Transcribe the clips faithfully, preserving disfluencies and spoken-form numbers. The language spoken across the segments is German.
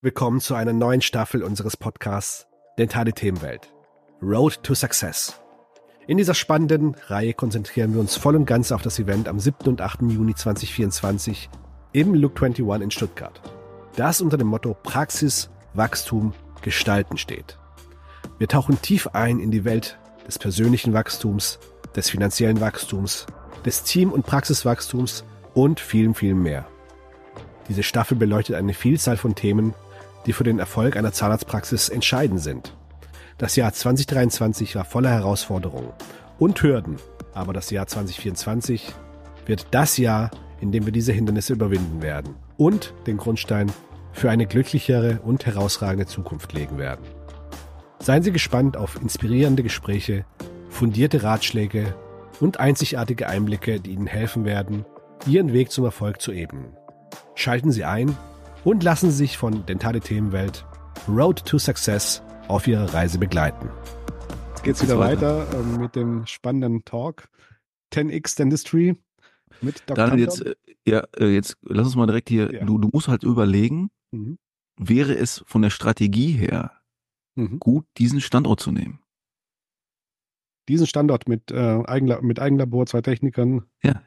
Willkommen zu einer neuen Staffel unseres Podcasts Dentale Themenwelt. Road to Success. In dieser spannenden Reihe konzentrieren wir uns voll und ganz auf das Event am siebten und achten Juni zweitausendvierundzwanzig im Look einundzwanzig in Stuttgart, das unter dem Motto Praxis, Wachstum, Gestalten steht. Wir tauchen tief ein in die Welt des persönlichen Wachstums, des finanziellen Wachstums, des Team- und Praxiswachstums und vielem, vielem mehr. Diese Staffel beleuchtet eine Vielzahl von Themen, die für den Erfolg einer Zahnarztpraxis entscheidend sind. Das Jahr zweitausenddreiundzwanzig war voller Herausforderungen und Hürden, aber das Jahr zweitausendvierundzwanzig wird das Jahr, in dem wir diese Hindernisse überwinden werden und den Grundstein für eine glücklichere und herausragende Zukunft legen werden. Seien Sie gespannt auf inspirierende Gespräche, fundierte Ratschläge und einzigartige Einblicke, die Ihnen helfen werden, Ihren Weg zum Erfolg zu ebnen. Schalten Sie ein und lassen Sie sich von Dentale Themenwelt Road to Success auf Ihrer Reise begleiten. Jetzt geht's wieder weiter äh, mit dem spannenden Talk zehn x Dentistry mit Doktor Daniel, jetzt, äh, ja, äh, jetzt lass uns mal direkt hier, Ja. du, du musst halt überlegen, Mhm. wäre es von der Strategie her Mhm. gut, diesen Standort zu nehmen? Diesen Standort mit, äh, Eigenla- mit Eigenlabor, zwei Technikern. Ja.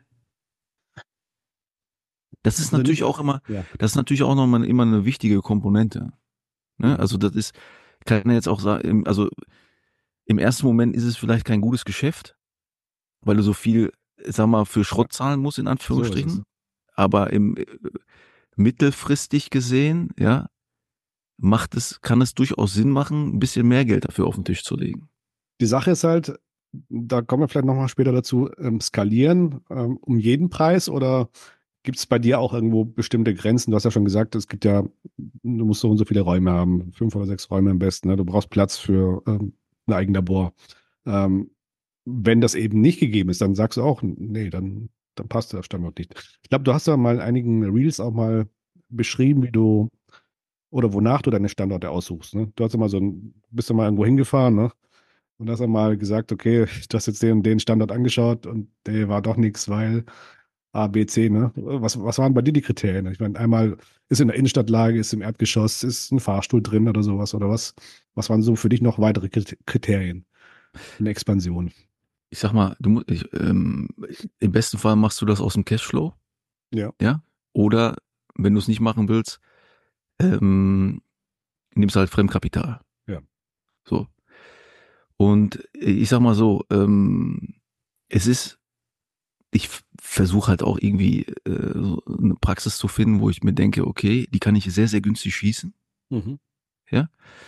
Das ist Also natürlich nicht- auch immer, Ja. das ist natürlich auch nochmal immer eine wichtige Komponente. Ne? Mhm. Also das ist, kann ich jetzt auch sagen, also im ersten Moment ist es vielleicht kein gutes Geschäft, weil du so viel, sag mal, für Schrott zahlen musst, in Anführungsstrichen. So ist Aber im äh, mittelfristig gesehen, ja, macht es, kann es durchaus Sinn machen, ein bisschen mehr Geld dafür auf den Tisch zu legen. Die Sache ist halt, da kommen wir vielleicht nochmal später dazu, ähm, skalieren ähm, um jeden Preis oder gibt es bei dir auch irgendwo bestimmte Grenzen? Du hast ja schon gesagt, es gibt ja, du musst so und so viele Räume haben, fünf oder sechs Räume am besten. Ne? Du brauchst Platz für ähm, ein Eigenlabor. Ähm, wenn das eben nicht gegeben ist, dann sagst du auch, nee, dann, dann passt der Standort nicht. Ich glaube, du hast ja mal in einigen Reels auch mal beschrieben, wie du oder wonach du deine Standorte aussuchst. Ne? Du hast ja mal so ein, bist ja mal irgendwo hingefahren, ne? Und hast dann mal gesagt, okay, du hast jetzt den und den Standort angeschaut und der war doch nichts, weil A, B, C, ne? Was, was waren bei dir die Kriterien? Ich meine, einmal ist in der Innenstadtlage, ist im Erdgeschoss, ist ein Fahrstuhl drin oder sowas oder was? Was waren so für dich noch weitere Krit- Kriterien in der Expansion? Ich sag mal, du musst, ich, ähm, im besten Fall machst du das aus dem Cashflow, Ja. ja? Oder wenn du es nicht machen willst, ähm, nimmst du halt Fremdkapital. Ja. So. Und ich sag mal so, ähm, es ist, ich versuche halt auch irgendwie äh, so eine Praxis zu finden, wo ich mir denke, okay, die kann ich sehr, sehr günstig schießen. Mhm. Ja.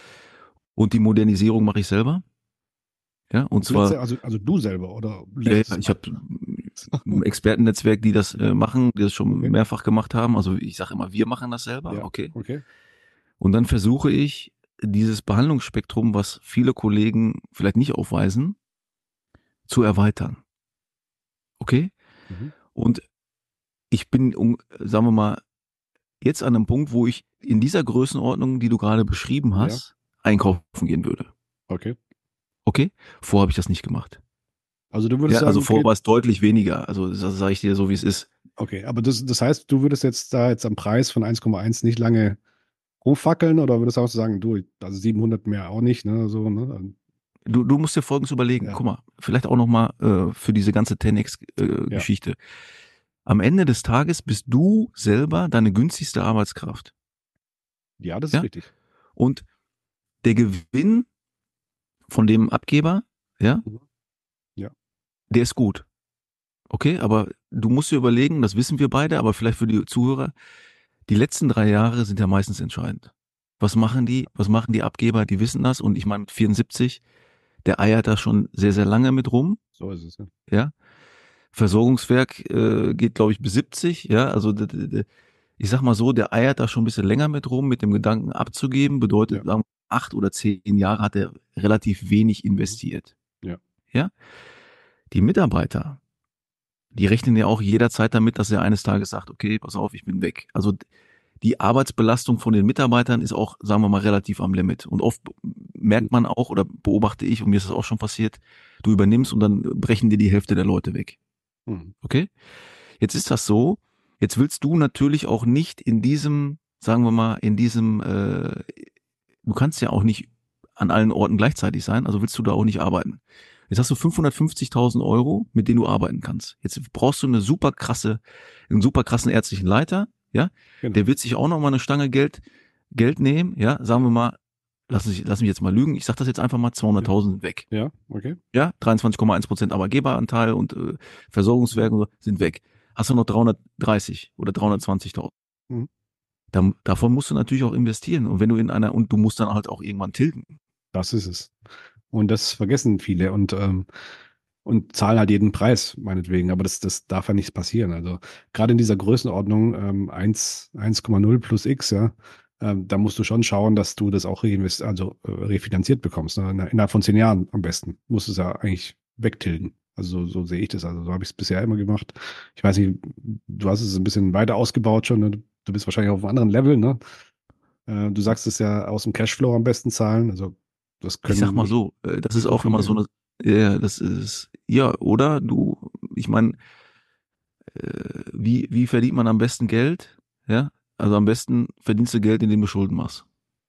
Und die Modernisierung mache ich selber. Ja. Und Komplett zwar, se- also, also du selber oder ja, lässt ja, es ich mal? habe ein Expertennetzwerk, die das äh, machen, die das schon Okay. mehrfach gemacht haben. Also ich sage immer, wir machen das selber, Ja, okay. okay. Und dann versuche ich, dieses Behandlungsspektrum, was viele Kollegen vielleicht nicht aufweisen, zu erweitern. Okay? Mhm. Und ich bin, um, sagen wir mal, jetzt an einem Punkt, wo ich in dieser Größenordnung, die du gerade beschrieben Ja, hast, einkaufen gehen würde. okay. Okay? Vorher habe ich das nicht gemacht. Also du würdest Ja, also sagen, vorher okay, war es deutlich weniger. Also das sage ich dir so, wie es ist. okay, aber das, das heißt, du würdest jetzt da jetzt am Preis von eins Komma eins nicht lange rumfackeln oder würdest du auch sagen, du, also siebenhundert mehr auch nicht, ne, so, ne? Du, du musst dir Folgendes überlegen. Ja, Guck mal, vielleicht auch nochmal äh, für diese ganze zehn ja, x-Geschichte. Am Ende des Tages bist du selber deine günstigste Arbeitskraft. ja, das ist Ja? richtig. Und der Gewinn von dem Abgeber, ja, Mhm. Ja, der ist gut. Okay, aber du musst dir überlegen, das wissen wir beide, aber vielleicht für die Zuhörer, die letzten drei Jahre sind ja meistens entscheidend. Was machen die? Was machen die Abgeber? Die wissen das. Und ich meine, mit vierundsiebzig, der eiert da schon sehr, sehr lange mit rum. so ist es, ja. Ja. Versorgungswerk äh, geht, glaube ich, bis siebzig. Ja, also d- d- d- ich sag mal so, der eiert da schon ein bisschen länger mit rum, mit dem Gedanken abzugeben. Bedeutet, Ja. sagen wir, acht oder zehn Jahre hat er relativ wenig investiert. Ja. Ja. Die Mitarbeiter, die rechnen ja auch jederzeit damit, dass er eines Tages sagt, okay, pass auf, ich bin weg. Also die Arbeitsbelastung von den Mitarbeitern ist auch, sagen wir mal, relativ am Limit. Und oft merkt man auch oder beobachte ich, und mir ist das auch schon passiert, du übernimmst und dann brechen dir die Hälfte der Leute weg. Mhm. Okay? Jetzt ist das so, jetzt willst du natürlich auch nicht in diesem sagen wir mal, in diesem, äh, du kannst ja auch nicht an allen Orten gleichzeitig sein, also willst du da auch nicht arbeiten. Jetzt hast du fünfhundertfünfzigtausend Euro, mit denen du arbeiten kannst. Jetzt brauchst du eine super krasse, einen super krassen ärztlichen Leiter, ja, Genau. der wird sich auch noch mal eine Stange Geld, Geld nehmen, ja, sagen wir mal, lass mich, lass mich jetzt mal lügen, ich sag das jetzt einfach mal, zweihunderttausend weg. Ja, okay. Ja, dreiundzwanzig Komma eins Prozent Arbeitgeberanteil und äh, Versorgungswerke und so sind weg. Hast du noch dreihundertdreißig oder dreihundertzwanzigtausend. Mhm. Da, davon musst du natürlich auch investieren. Und wenn du in einer, und du musst dann halt auch irgendwann tilgen. Das ist es. Und das vergessen viele und, ähm, und zahlen halt jeden Preis, meinetwegen. Aber das, das darf ja nicht passieren. Also gerade in dieser Größenordnung ähm, eins, eins Komma null plus X, ja, ähm, da musst du schon schauen, dass du das auch reinvest also äh, refinanziert bekommst. Ne? Innerhalb von zehn Jahren am besten. Musst du es ja eigentlich wegtilgen. Also so, so sehe ich das. Also so habe ich es bisher immer gemacht. Ich weiß nicht, du hast es ein bisschen weiter ausgebaut schon. Ne? Du bist wahrscheinlich auf einem anderen Level, ne? Äh, du sagst es ja aus dem Cashflow am besten zahlen. Also das Ich sag können mal nicht, so, äh, das nicht ist so auch immer so viele. eine, ja, das ist, ja, oder du, ich meine, äh, wie, wie verdient man am besten Geld? Ja, also am besten verdienst du Geld, indem du Schulden machst.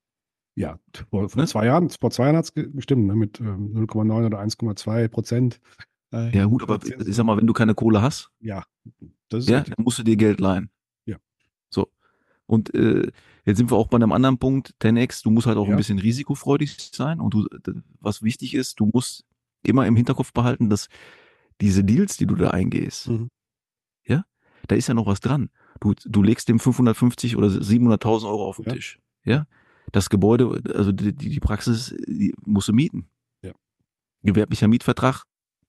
Ja, vor, vor Ne? zwei Jahren, vor zwei Jahren hat es gestimmt, ne, mit ähm, null Komma neun oder eins Komma zwei Prozent äh, Ja gut, aber ich sag Zinsen. mal, wenn du keine Kohle hast, Ja, das ist ja, richtig. dann musst du dir Geld leihen. Ja, So. Und äh, jetzt sind wir auch bei einem anderen Punkt, zehn X, du musst halt auch ein ja. bisschen risikofreudig sein und du, was wichtig ist, du musst immer im Hinterkopf behalten, dass diese Deals, die du da eingehst, Mhm. ja, da ist ja noch was dran. Du, du legst dem fünfhundertfünfzig oder siebenhunderttausend Euro auf den Ja, Tisch, ja. Das Gebäude, also die, die die Praxis, die musst du mieten. ja. Gewerblicher Mietvertrag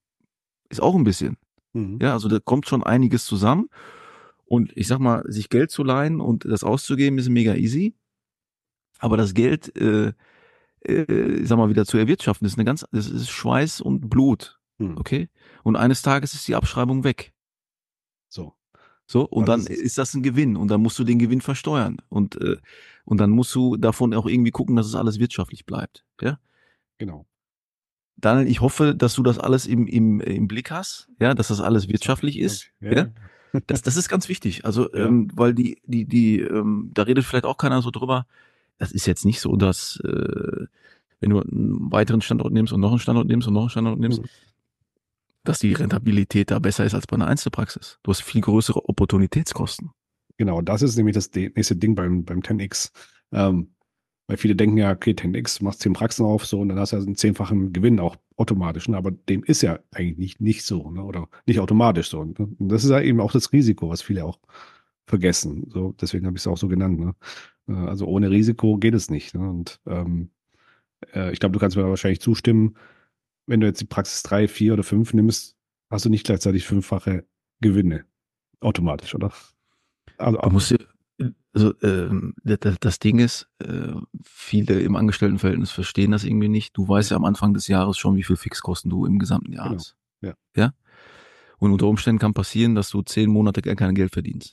ist auch ein bisschen, Mhm. ja, also da kommt schon einiges zusammen und ich sag mal, sich Geld zu leihen und das auszugeben ist mega easy, aber das Geld äh, äh, ich sag mal, wieder zu erwirtschaften. Das ist eine ganz, das ist Schweiß und Blut. Mhm. Okay? Und eines Tages ist die Abschreibung weg. So, So, und das dann ist es. ist das ein Gewinn und dann musst du den Gewinn versteuern. Und, äh, und dann musst du davon auch irgendwie gucken, dass es alles wirtschaftlich bleibt. Ja? Genau. Daniel, ich hoffe, dass du das alles im, im, im Blick hast, ja, dass das alles Das habe ich, wirtschaftlich das habe ist. ich. Ja? Ja, Das, das ist ganz wichtig. Also, ja. ähm, weil die, die, die, ähm, da redet vielleicht auch keiner so drüber. Das ist jetzt nicht so, dass äh, wenn du einen weiteren Standort nimmst und noch einen Standort nimmst und noch einen Standort nimmst, Mhm. dass die Rentabilität da besser ist als bei einer Einzelpraxis. Du hast viel größere Opportunitätskosten. Genau, das ist nämlich das de- nächste Ding beim, beim zehn X. Ähm, weil viele denken ja, okay, zehn X, du machst zehn Praxen auf, so, und dann hast du ja einen zehnfachen Gewinn auch automatisch, ne? Aber dem ist ja eigentlich nicht, nicht so, ne? Oder nicht automatisch so. Ne? Und das ist ja eben auch das Risiko, was viele auch vergessen. So, deswegen habe ich es auch so genannt. Ne? Äh, Also ohne Risiko geht es nicht. Ne? Und ähm, äh, ich glaube, du kannst mir wahrscheinlich zustimmen, wenn du jetzt die Praxis drei, vier oder fünf nimmst, hast du nicht gleichzeitig fünffache Gewinne automatisch, oder? Also, Du ah, musst dir, also ähm, das, das Ding ist, äh, viele im Angestelltenverhältnis verstehen das irgendwie nicht. Du weißt ja, ja am Anfang des Jahres schon, wie viel Fixkosten du im gesamten Jahr genau. hast. Ja, Ja? Und unter Umständen kann passieren, dass du zehn Monate gar kein Geld verdienst.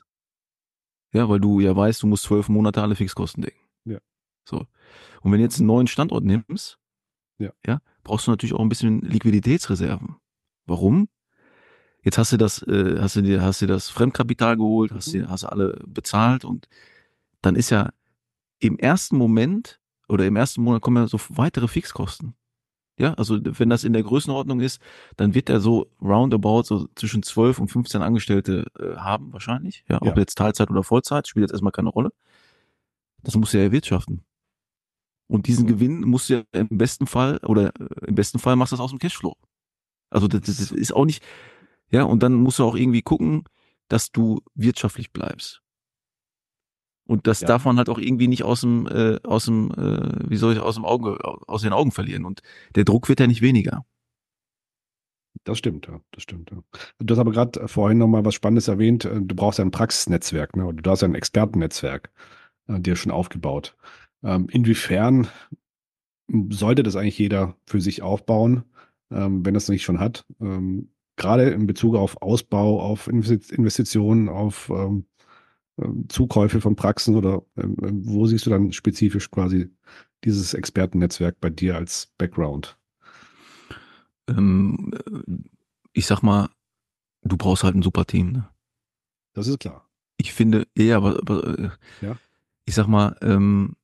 Ja, weil du ja weißt, du musst zwölf Monate alle Fixkosten decken. ja, So. Und wenn du jetzt einen neuen Standort nimmst, ja. ja, brauchst du natürlich auch ein bisschen Liquiditätsreserven. Warum? Jetzt hast du das, äh, hast du dir, hast du das Fremdkapital geholt, hast Mhm. du, hast du alle bezahlt und dann ist ja im ersten Moment oder im ersten Monat kommen ja so weitere Fixkosten. Ja, also wenn das in der Größenordnung ist, dann wird er so roundabout so zwischen zwölf und fünfzehn Angestellte äh, haben wahrscheinlich. Ja, ob Ja, jetzt Teilzeit oder Vollzeit, spielt jetzt erstmal keine Rolle. Das muss er erwirtschaften. Und diesen so. Gewinn musst du ja im besten Fall oder äh, im besten Fall machst du das aus dem Cashflow. Also das, das So. ist auch nicht, ja, und dann musst du auch irgendwie gucken, dass du wirtschaftlich bleibst. Und das Ja, darf man halt auch irgendwie nicht aus dem, äh, aus dem, äh, wie soll ich, aus dem Auge, aus den Augen verlieren. Und der Druck wird ja nicht weniger. das stimmt, ja, das stimmt. Ja. Du hast aber gerade vorhin nochmal was Spannendes erwähnt. äh, Du brauchst ja ein Praxisnetzwerk, ne? Oder du hast ja ein Expertennetzwerk, äh, dir schon aufgebaut. Ähm, inwiefern sollte das eigentlich jeder für sich aufbauen, ähm, wenn das nicht schon hat? Ähm, gerade in Bezug auf Ausbau, auf Investi- Investitionen, auf ähm, ähm, Zukäufe von Praxen oder ähm, ähm, wo siehst du dann spezifisch quasi dieses Expertennetzwerk bei dir als Background? Ähm, äh, ich sag mal, du brauchst halt ein super Team. Ne? Das ist klar. Ich finde, ja, aber, aber äh, Ja? ich sag mal, ähm,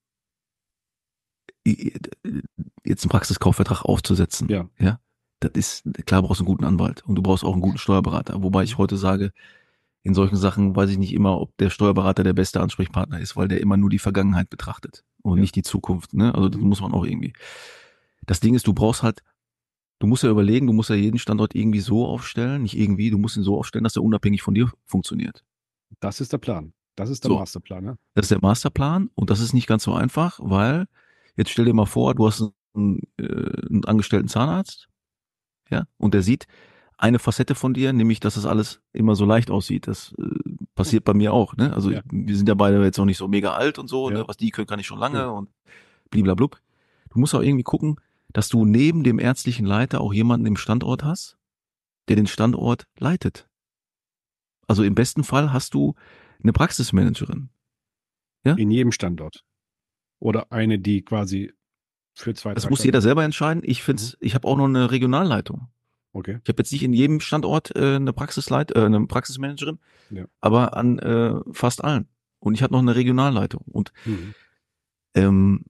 jetzt einen Praxiskaufvertrag aufzusetzen, Ja. ja, das ist, klar brauchst du einen guten Anwalt und du brauchst auch einen guten Steuerberater, wobei ich heute sage, in solchen Sachen weiß ich nicht immer, ob der Steuerberater der beste Ansprechpartner ist, weil der immer nur die Vergangenheit betrachtet und Ja. nicht die Zukunft, ne, also das Mhm. muss man auch irgendwie. Das Ding ist, du brauchst halt, du musst ja überlegen, du musst ja jeden Standort irgendwie so aufstellen, nicht irgendwie, du musst ihn so aufstellen, dass er unabhängig von dir funktioniert. Das ist der Plan. Das ist der So, Masterplan, ne? das ist der Masterplan und das ist nicht ganz so einfach, weil jetzt stell dir mal vor, du hast einen, äh, einen angestellten Zahnarzt, ja, und der sieht eine Facette von dir, nämlich, dass das alles immer so leicht aussieht. Das äh, passiert bei mir auch, ne? Also ich, Ja. wir sind ja beide jetzt noch nicht so mega alt und so, Ja. ne? Was die können, kann ich schon Genau. lange und bliblablub. Du musst auch irgendwie gucken, dass du neben dem ärztlichen Leiter auch jemanden im Standort hast, der den Standort leitet. Also im besten Fall hast du eine Praxismanagerin. Ja? In jedem Standort. Oder eine, die quasi für zwei, Das drei muss jeder Standorte. selber entscheiden. Ich Mhm. find's, ich habe auch noch eine Regionalleitung. Okay. Ich habe jetzt nicht in jedem Standort äh, eine Praxisleit, äh, eine Praxismanagerin, Ja. aber an äh, fast allen. Und ich habe noch eine Regionalleitung. Und Mhm. ähm,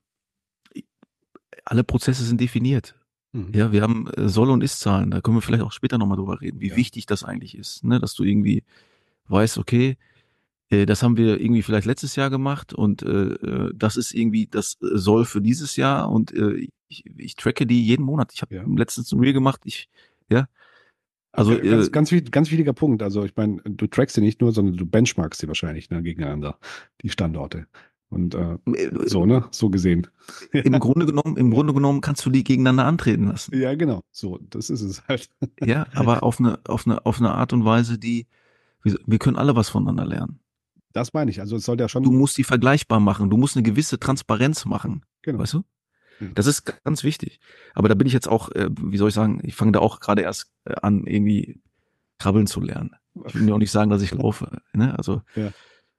alle Prozesse sind definiert. Mhm. Ja, wir haben äh, Soll- und Ist-Zahlen. Da können wir vielleicht auch später nochmal drüber reden, wie Ja. wichtig das eigentlich ist, ne? Dass du irgendwie weißt, okay, äh, das haben wir irgendwie vielleicht letztes Jahr gemacht und äh, äh, das ist irgendwie das äh, Soll für dieses Jahr und äh, ich, ich tracke die jeden Monat. Ich habe Ja. letztens ein Reel gemacht. Ich, ja, also Ga- Ganz, äh, ganz, wich- ganz wichtiger Punkt. Also ich meine, du trackst sie nicht nur, sondern du benchmarkst sie wahrscheinlich, ne, gegeneinander, die Standorte. Und äh, so, ne? So gesehen. im Grunde genommen, im Ja. Grunde genommen kannst du die gegeneinander antreten lassen. Ja, genau. So, das ist es halt. Ja, aber auf eine, auf eine, auf eine Art und Weise, die, wir, wir können alle was voneinander lernen. Das meine ich. Also es soll ja Du schon, musst die vergleichbar machen. Du musst eine gewisse Transparenz machen. genau. Weißt du? Ja. Das ist ganz wichtig. Aber da bin ich jetzt auch, äh, wie soll ich sagen, ich fange da auch gerade erst äh, an, irgendwie krabbeln zu lernen. Ich will mir auch nicht sagen, dass ich laufe. Ne? Also, Ja.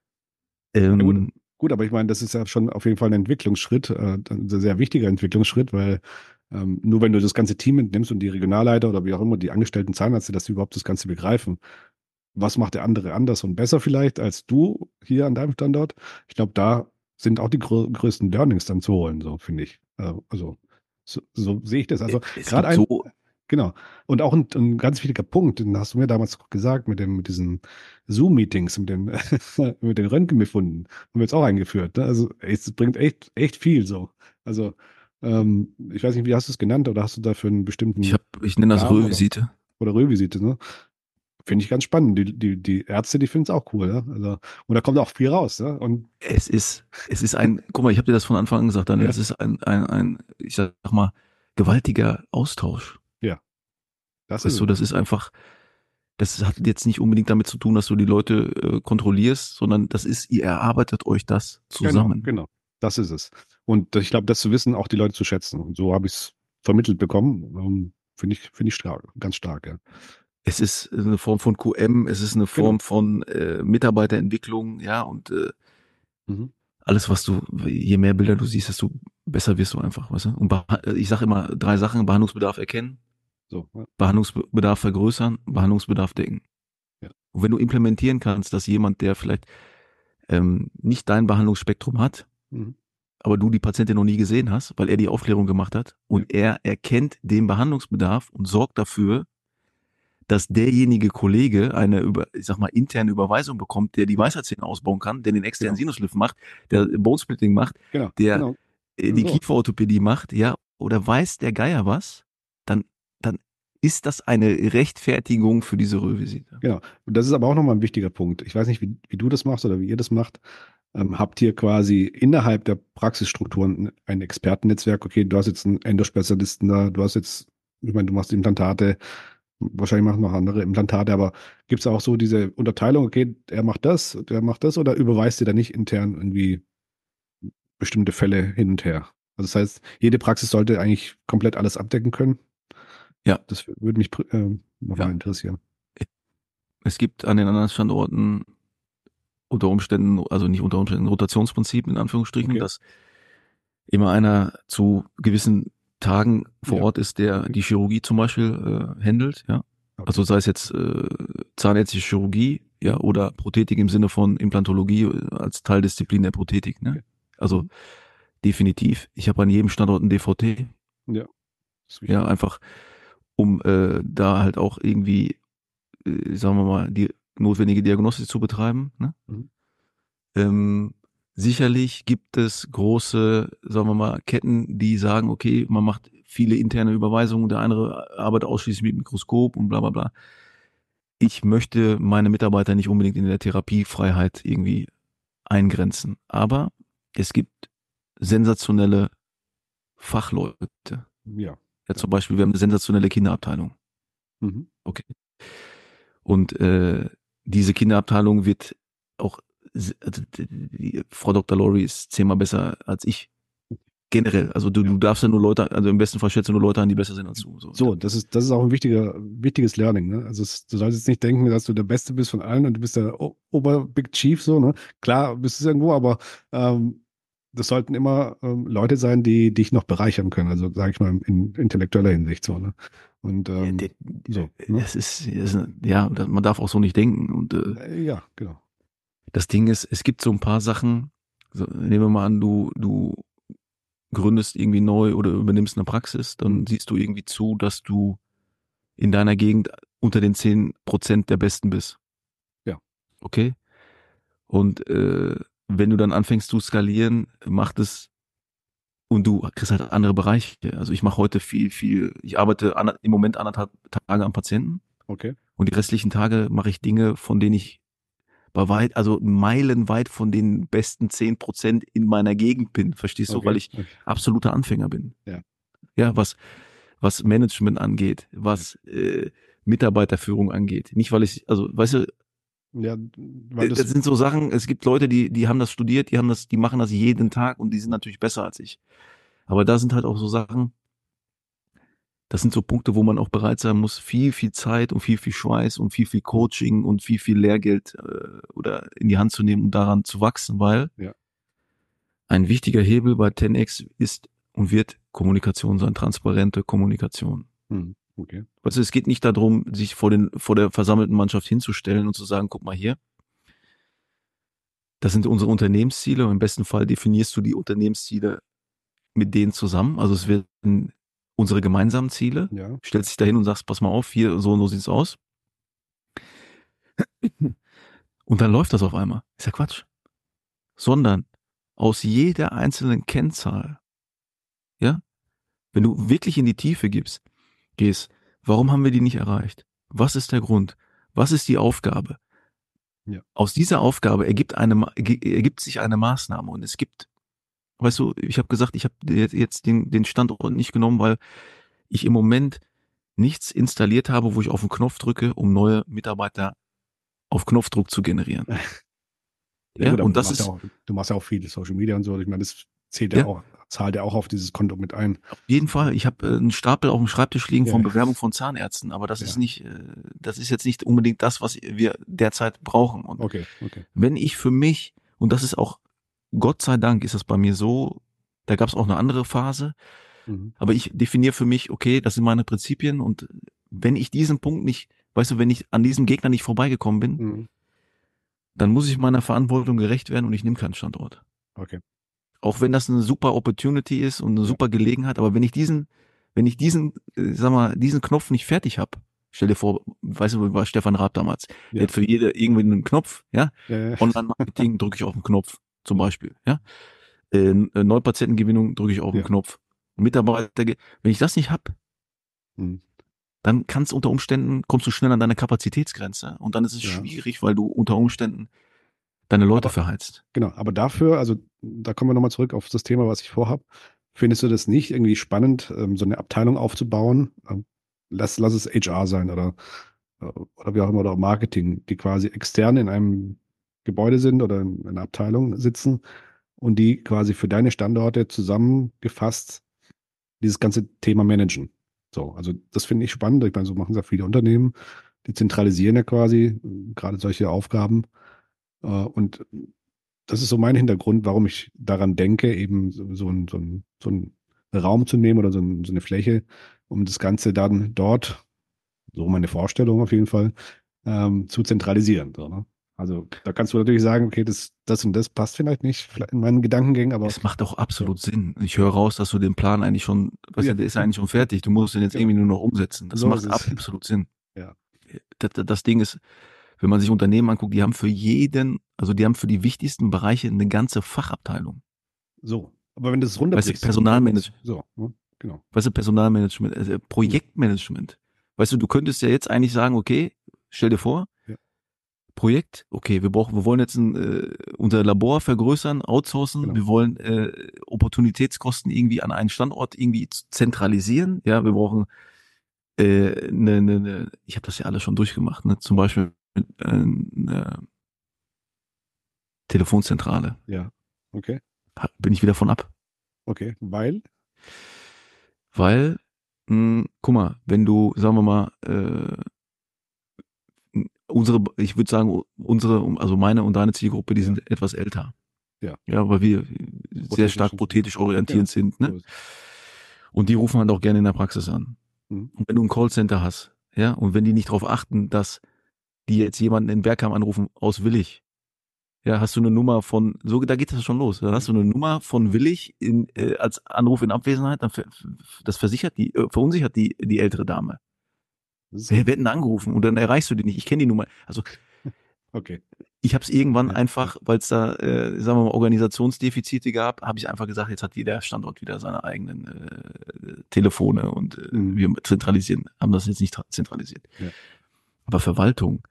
Ja, gut. ähm, Gut, aber ich meine, das ist ja schon auf jeden Fall ein Entwicklungsschritt, äh, ein sehr wichtiger Entwicklungsschritt, weil ähm, nur wenn du das ganze Team mitnimmst und die Regionalleiter oder wie auch immer, die angestellten Zahnärzte, dass sie überhaupt das Ganze begreifen, was macht der andere anders und besser vielleicht als du hier an deinem Standort? Ich glaube, da sind auch die grö größten Learnings dann zu holen, so finde ich. Äh, also so, so sehe ich das. Also es gerade gibt ein, so, genau. Und auch ein, ein ganz wichtiger Punkt, den hast du mir damals auch gesagt, mit dem, mit diesen Zoom-Meetings, mit den, mit den Röntgenbefunden, haben wir jetzt auch eingeführt. Ne? Also es bringt echt, echt viel so. Also ähm, ich weiß nicht, wie hast du es genannt oder hast du dafür einen ich bestimmten habe, ich nenne das Namen oder, Röhvisite. oder Röhvisite, ne? Finde ich ganz spannend. Die, die, die Ärzte, die finden es auch cool. Ne? Also, und da kommt auch viel raus. Ne? Und Es ist, es ist ein, guck mal, ich habe dir das von Anfang an gesagt, Daniel, ja, es ist ein, ein, ein, ich sag mal, gewaltiger Austausch. ja, das ist Weißt du, es. das ist einfach, das hat jetzt nicht unbedingt damit zu tun, dass du die Leute äh, kontrollierst, sondern das ist, ihr erarbeitet euch das Genau, zusammen. genau. Das ist es. Und ich glaube, das zu wissen, auch die Leute zu schätzen. Und so habe ich es vermittelt bekommen. Ähm, Finde ich, finde ich stark, ganz stark, ja. Es ist eine Form von Q M, es ist eine Genau. Form von äh, Mitarbeiterentwicklung, ja, und äh, Mhm. alles, was du, je mehr Bilder du siehst, desto besser wirst du einfach, weißt du? Und beha- ich sage immer drei Sachen: Behandlungsbedarf erkennen, So, ja. Behandlungsbedarf vergrößern, Behandlungsbedarf decken. Ja. Und wenn du implementieren kannst, dass jemand, der vielleicht ähm, nicht dein Behandlungsspektrum hat, Mhm. aber du die Patientin noch nie gesehen hast, weil er die Aufklärung gemacht hat Ja. und er erkennt den Behandlungsbedarf und sorgt dafür, dass derjenige Kollege eine über, ich sag mal, interne Überweisung bekommt, der die Weisheitszähne ausbauen kann, der den externen Genau. Sinuslift macht, der Bonesplitting macht, Genau. der Genau. äh, die So. Kieferorthopädie macht, ja, oder weiß der Geier was, dann, dann ist das eine Rechtfertigung für diese Röhvisite. Genau. Und das ist aber auch nochmal ein wichtiger Punkt. Ich weiß nicht, wie, wie du das machst oder wie ihr das macht. Ähm, habt ihr quasi innerhalb der Praxisstrukturen ein Expertennetzwerk? Okay, du hast jetzt einen Endospezialisten da, du hast jetzt, ich meine, du machst Implantate, wahrscheinlich machen noch andere Implantate, aber gibt es auch so diese Unterteilung, okay, er macht das, der macht das oder überweist ihr da nicht intern irgendwie bestimmte Fälle hin und her? Also das heißt, jede Praxis sollte eigentlich komplett alles abdecken können. Ja, Das würde mich äh, nochmal ja. interessieren. Es gibt an den anderen Standorten unter Umständen, also nicht unter Umständen, ein Rotationsprinzip in Anführungsstrichen, Okay. dass immer einer zu gewissen Tagen vor Ja. Ort ist, der Okay. die Chirurgie zum Beispiel äh, handelt, ja. Okay. Also sei es jetzt äh, zahnärztliche Chirurgie, ja, oder Prothetik im Sinne von Implantologie äh, als Teildisziplin der Prothetik, ne? Okay. Also Mhm. definitiv. Ich habe an jedem Standort ein D V T, Ja, ist ja, wichtig. einfach um äh, da halt auch irgendwie, äh, sagen wir mal, die notwendige Diagnostik zu betreiben, ne? Mhm. Ähm, sicherlich gibt es große, sagen wir mal, Ketten, die sagen, okay, man macht viele interne Überweisungen, der andere arbeitet ausschließlich mit Mikroskop und bla bla bla. Ich möchte meine Mitarbeiter nicht unbedingt in der Therapiefreiheit irgendwie eingrenzen, aber es gibt sensationelle Fachleute. Ja. Ja, Ja. zum Beispiel, wir haben eine sensationelle Kinderabteilung. Mhm. Okay. Und äh, diese Kinderabteilung wird auch, also die, die, Frau Doktor Lori ist zehnmal besser als ich. Generell. Also du, Ja. du darfst ja nur Leute, also im besten Fall schätzt du nur Leute an, die besser sind als du. So. So, das ist, das ist auch ein wichtiger, wichtiges Learning, ne? Also es, du sollst jetzt nicht denken, dass du der Beste bist von allen und du bist der O- Ober-Big Chief, so, ne? Klar, bist du es irgendwo, aber ähm, das sollten immer ähm, Leute sein, die dich noch bereichern können, also sage ich mal in intellektueller Hinsicht, so, ne? Und Ja, ähm, der, so, ne? das ist, das ist, ja, man darf auch so nicht denken. Und äh, Äh, Ja, genau. das Ding ist, es gibt so ein paar Sachen, so, nehmen wir mal an, du, du gründest irgendwie neu oder übernimmst eine Praxis, Mhm. dann siehst du irgendwie zu, dass du in deiner Gegend unter den zehn Prozent der Besten bist. Ja, Okay? Und äh, wenn du dann anfängst zu skalieren, macht es und du kriegst halt andere Bereiche. Also ich mache heute viel, viel, ich arbeite an, im Moment anderthalb Tage am Patienten okay, und die restlichen Tage mache ich Dinge, von denen ich bei weit, also meilenweit von den besten zehn Prozent in meiner Gegend bin. Verstehst du? Weil okay, ich okay. absoluter Anfänger bin. Ja, Ja, was, was Management angeht, ja. was äh, Mitarbeiterführung angeht. Nicht, weil ich, also, weißt du, Ja, weil äh, das das, sind so Sachen, es gibt Leute, die, die haben das studiert, die haben das, die machen das jeden Tag und die sind natürlich besser als ich. Aber da sind halt auch so Sachen, das sind so Punkte, wo man auch bereit sein muss, viel, viel Zeit und viel, viel Schweiß und viel, viel hm, Coaching und viel, viel Lehrgeld äh, oder in die Hand zu nehmen, um daran zu wachsen, weil ja, ein wichtiger Hebel bei zehn x ist und wird Kommunikation sein, transparente Kommunikation. hm, okay, Weißt du, es geht nicht darum, sich vor, den, vor der versammelten Mannschaft hinzustellen und zu sagen, guck mal hier, das sind unsere Unternehmensziele und im besten Fall definierst du die Unternehmensziele mit denen zusammen. Also es werden unsere gemeinsamen Ziele, ja, stellst dich dahin und sagst, pass mal auf, hier, so und so sieht's aus. Und dann läuft das auf einmal. Ist ja Quatsch. Sondern aus jeder einzelnen Kennzahl, ja, wenn du wirklich in die Tiefe gibst, gehst, warum haben wir die nicht erreicht? Was ist der Grund? Was ist die Aufgabe? ja, Aus dieser Aufgabe ergibt, eine, ergibt sich eine Maßnahme und es gibt, weißt du, ich habe gesagt, ich habe jetzt den, den Standort nicht genommen, weil ich im Moment nichts installiert habe, wo ich auf den Knopf drücke, um neue Mitarbeiter auf Knopfdruck zu generieren. ja Ja, gut, aber und du das machst ja ist auch, du machst ja auch viel Social Media und so. Ich meine, das zählt ja ja auch, zahlt ja auch auf dieses Konto mit ein. auf jeden Fall. Ich habe äh, einen Stapel auf dem Schreibtisch liegen Ja, von Bewerbung von Zahnärzten, aber das ist ja, nicht, äh, das ist jetzt nicht unbedingt das, was wir derzeit brauchen. Und okay, okay. wenn ich für mich, und das ist auch, Gott sei Dank ist das bei mir so, da gab es auch eine andere Phase, Mhm. aber ich definiere für mich, okay, das sind meine Prinzipien und wenn ich diesen Punkt nicht, weißt du, wenn ich an diesem Gegner nicht vorbeigekommen bin, Mhm. dann muss ich meiner Verantwortung gerecht werden und ich nehme keinen Standort. Okay, Auch wenn das eine super Opportunity ist und eine ja, super Gelegenheit, aber wenn ich diesen, wenn ich diesen, äh, sag mal, diesen Knopf nicht fertig habe, stell dir vor, weißt du, wie war Stefan Raab damals, der ja, hat für jede irgendwie einen Knopf, ja, ja, ja, Online-Marketing drücke ich auf den Knopf, zum Beispiel, ja, äh, äh, Neupatientengewinnung drücke ich auf den ja. Knopf, Mitarbeiter, wenn ich das nicht hab, Mhm. dann kann es unter Umständen, kommst du schnell an deine Kapazitätsgrenze und dann ist es Ja. schwierig, weil du unter Umständen deine Leute Aber verheizt. genau, aber dafür, also da kommen wir nochmal zurück auf das Thema, was ich vorhab. Findest du das nicht irgendwie spannend, ähm, so eine Abteilung aufzubauen? Ähm, lass, lass es H R sein oder, äh, oder wie auch immer, oder Marketing, die quasi extern in einem Gebäude sind oder in einer Abteilung sitzen und die quasi für deine Standorte zusammengefasst dieses ganze Thema managen. So, also das finde ich spannend. Ich meine, so machen es ja viele Unternehmen. Die zentralisieren ja quasi äh, gerade solche Aufgaben. Äh, und das ist so mein Hintergrund, warum ich daran denke, eben so, so, ein, so, ein, so einen Raum zu nehmen oder so, ein, so eine Fläche, um das Ganze dann dort so meine Vorstellung auf jeden Fall, ähm, zu zentralisieren. So, ne? Also da kannst du natürlich sagen, okay, das, das und das passt vielleicht nicht vielleicht in meinen Gedankengängen, aber Es macht auch so, absolut Sinn. Ich höre raus, dass du den Plan eigentlich schon, weißt ja, du, der ist eigentlich schon fertig. Du musst ihn jetzt genau, irgendwie nur noch umsetzen. Das so ist macht es. absolut Sinn. Ja, Das, das Ding ist, wenn man sich Unternehmen anguckt, die haben für jeden, also die haben für die wichtigsten Bereiche eine ganze Fachabteilung. so. Aber wenn du es Weißt du, runterbrichst, Personalmanagement, so, ne? Genau. weißt du, Personalmanagement, also Ja, Projektmanagement. Weißt du, du könntest ja jetzt eigentlich sagen, okay, stell dir vor, ja, Projekt, okay, wir brauchen, wir wollen jetzt ein, äh, unser Labor vergrößern, outsourcen, genau. wir wollen äh, Opportunitätskosten irgendwie an einen Standort irgendwie zentralisieren. Ja, wir brauchen äh, eine, eine, eine ich habe das ja alles schon durchgemacht, ne? Zum Beispiel mit, äh, eine Telefonzentrale. Ja, okay, Ha- Bin ich wieder von ab. okay, weil, Weil, mh, guck mal, wenn du, sagen wir mal, äh, unsere, ich würde sagen, unsere, also meine und deine Zielgruppe, die ja, sind etwas älter. ja, Ja, weil wir sehr stark prothetischen, prothetisch genau, orientiert sind, so ne? ist es. Und die rufen halt auch gerne in der Praxis an. Mhm. Und wenn du ein Callcenter hast, ja, und wenn die nicht darauf achten, dass die jetzt jemanden in Bergheim anrufen aus Willig, ja, hast du eine Nummer von, so, da geht das schon los. Dann hast du eine Nummer von Willig in, äh, als Anruf in Abwesenheit, dann ver, das versichert die, äh, verunsichert die, die ältere Dame. Das ist Wer richtig. wird denn angerufen? Und dann erreichst du die nicht. Ich kenne die Nummer. Also Okay, ich habe es irgendwann ja, ja. einfach, weil es da, äh, sagen wir mal, Organisationsdefizite gab, habe ich einfach gesagt, jetzt hat jeder Standort wieder seine eigenen äh, Telefone und äh, Mhm. wir zentralisieren, haben das jetzt nicht zentralisiert. Ja. Aber Verwaltung,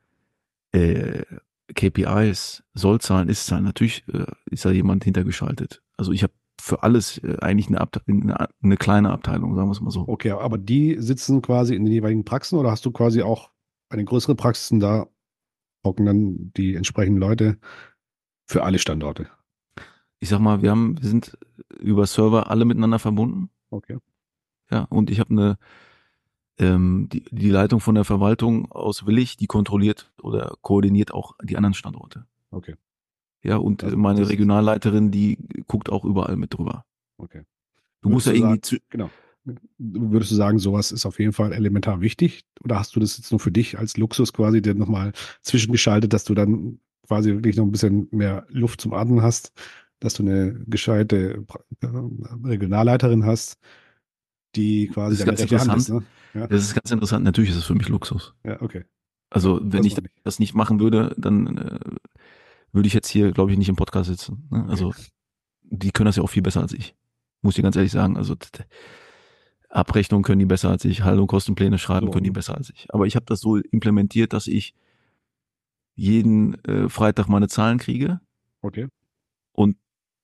äh, K P Is, Sollzahlen, Ist-Zahlen, natürlich äh, ist da jemand hintergeschaltet. Also ich habe für alles äh, eigentlich eine, Abte eine, eine kleine Abteilung, sagen wir es mal so. Okay, aber die sitzen quasi in den jeweiligen Praxen oder hast du quasi auch eine größere Praxis und da hocken dann die entsprechenden Leute für alle Standorte? Ich sag mal, wir haben, wir sind über Server alle miteinander verbunden. Okay, Ja, und ich habe eine Ähm, die, die Leitung von der Verwaltung aus Willig, die kontrolliert oder koordiniert auch die anderen Standorte. okay. Ja, und Das, äh, meine das ist Regionalleiterin, die guckt auch überall mit drüber. okay. Du musst Würdest ja du sagen, irgendwie zu, genau. Würdest du sagen, sowas ist auf jeden Fall elementar wichtig? Oder hast du das jetzt nur für dich als Luxus quasi dir nochmal zwischengeschaltet, dass du dann quasi wirklich noch ein bisschen mehr Luft zum Atmen hast, dass du eine gescheite äh, Regionalleiterin hast, die quasi das ist deine ganz rechte Hand ist, interessant. ne? Ja, Das ist ganz interessant. Natürlich ist es für mich Luxus. ja, okay. Ja, Also wenn das ich meine ich. das nicht machen würde, dann äh, würde ich jetzt hier, glaube ich, nicht im Podcast sitzen. Ne? Okay. Also die können das ja auch viel besser als ich. Muss ich ganz ehrlich sagen. Also t- t- Abrechnungen können die besser als ich, Halt- und Kostenpläne schreiben So, können die ne? besser als ich. Aber ich habe das so implementiert, dass ich jeden äh, Freitag meine Zahlen kriege Okay. und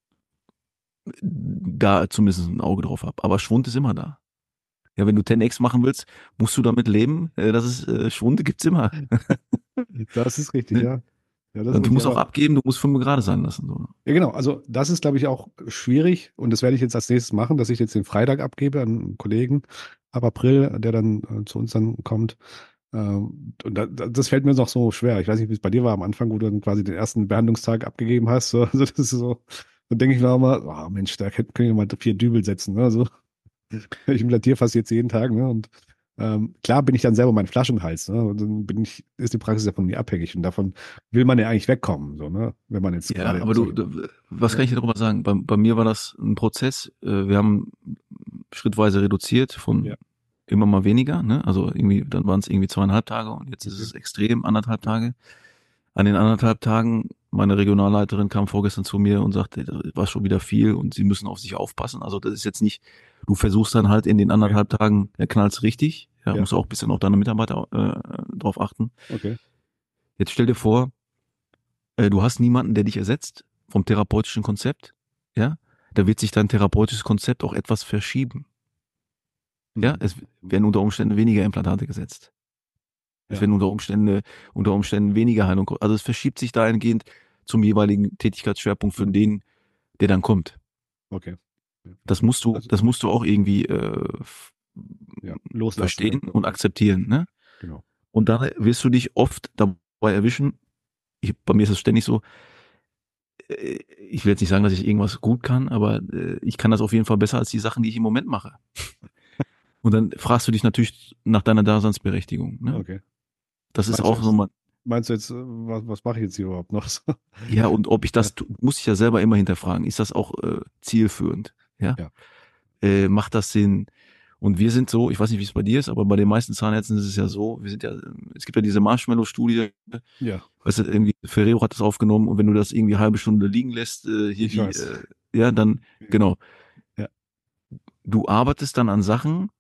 da zumindest ein Auge drauf habe. Aber Schwund ist immer da. Ja, wenn du zehn X machen willst, musst du damit leben. Äh, das ist, äh, Schwund gibt's immer. Das ist richtig, Ne? ja. Ja, das ist Und du richtig. musst auch Aber abgeben, du musst fünf gerade sein lassen. So. ja, genau. Also, das ist, glaube ich, auch schwierig. Und das werde ich jetzt als nächstes machen, dass ich jetzt den Freitag abgebe an einen Kollegen ab April, der dann äh, zu uns dann kommt. Ähm, und da, da, das fällt mir noch so schwer. Ich weiß nicht, wie es bei dir war am Anfang, wo du dann quasi den ersten Behandlungstag abgegeben hast. So, also das ist so, dann denke ich mir auch mal, oh Mensch, da können wir mal vier Dübel setzen. Ne? So, ich implantiere fast jetzt jeden Tag. Ne? Und ähm, klar bin ich dann selber mein Flaschenhals. Ne? Und dann bin ich, ist die Praxis ja von mir abhängig. Und davon will man ja eigentlich wegkommen. So, ne? Wenn man jetzt Ja, gerade aber du, solche. du, was Ja, kann ich dir darüber sagen? Bei, bei mir war das ein Prozess. Äh, Wir haben schrittweise reduziert ja, von immer mal weniger. Ne? Also irgendwie, dann waren es irgendwie zweieinhalb Tage und jetzt ist okay. es extrem anderthalb Ja, Tage. An den anderthalb Tagen, meine Regionalleiterin kam vorgestern zu mir und sagte, das war schon wieder viel und sie müssen auf sich aufpassen. Also das ist jetzt nicht, du versuchst dann halt in den okay. anderthalb Tagen, ja, knallt's richtig. Ja, Ja, musst auch ein bisschen auf deine Mitarbeiter äh, drauf achten. okay. Jetzt stell dir vor, äh, du hast niemanden, der dich ersetzt vom therapeutischen Konzept. Ja, da wird sich dein therapeutisches Konzept auch etwas verschieben. Ja, Mhm. es werden unter Umständen weniger Implantate gesetzt. Es Ja, werden unter Umständen, unter Umständen weniger Heilung. Also es verschiebt sich dahingehend zum jeweiligen Tätigkeitsschwerpunkt für den, der dann kommt. okay. Ja. Das musst du, Also, das musst du auch irgendwie äh, f- ja, loslassen. Ne? verstehen und akzeptieren. Ne? Genau. Und da wirst du dich oft dabei erwischen. Ich, bei mir ist es ständig so. äh, Ich will jetzt nicht sagen, dass ich irgendwas gut kann, aber äh, ich kann das auf jeden Fall besser als die Sachen, die ich im Moment mache. Und dann fragst du dich natürlich nach deiner Daseinsberechtigung. Ne? Okay. Das ist Meinst du auch so jetzt, mal, meinst du jetzt, äh, was, was mache ich jetzt hier überhaupt noch? So. ja, und ob ich Ja, das, tu- muss ich ja selber immer hinterfragen. Ist das auch äh, zielführend? Ja, ja. äh, macht das Sinn? Und wir sind so, ich weiß nicht, wie es bei dir ist, aber bei den meisten Zahnärzten ist es ja so, wir sind ja, es gibt ja diese Marshmallow-Studie, Ja, weißt du, irgendwie Ferrero hat das aufgenommen und wenn du das irgendwie eine halbe Stunde liegen lässt, äh, hier ich die, weiß. äh, ja, dann, genau, Ja. du arbeitest dann an Sachen,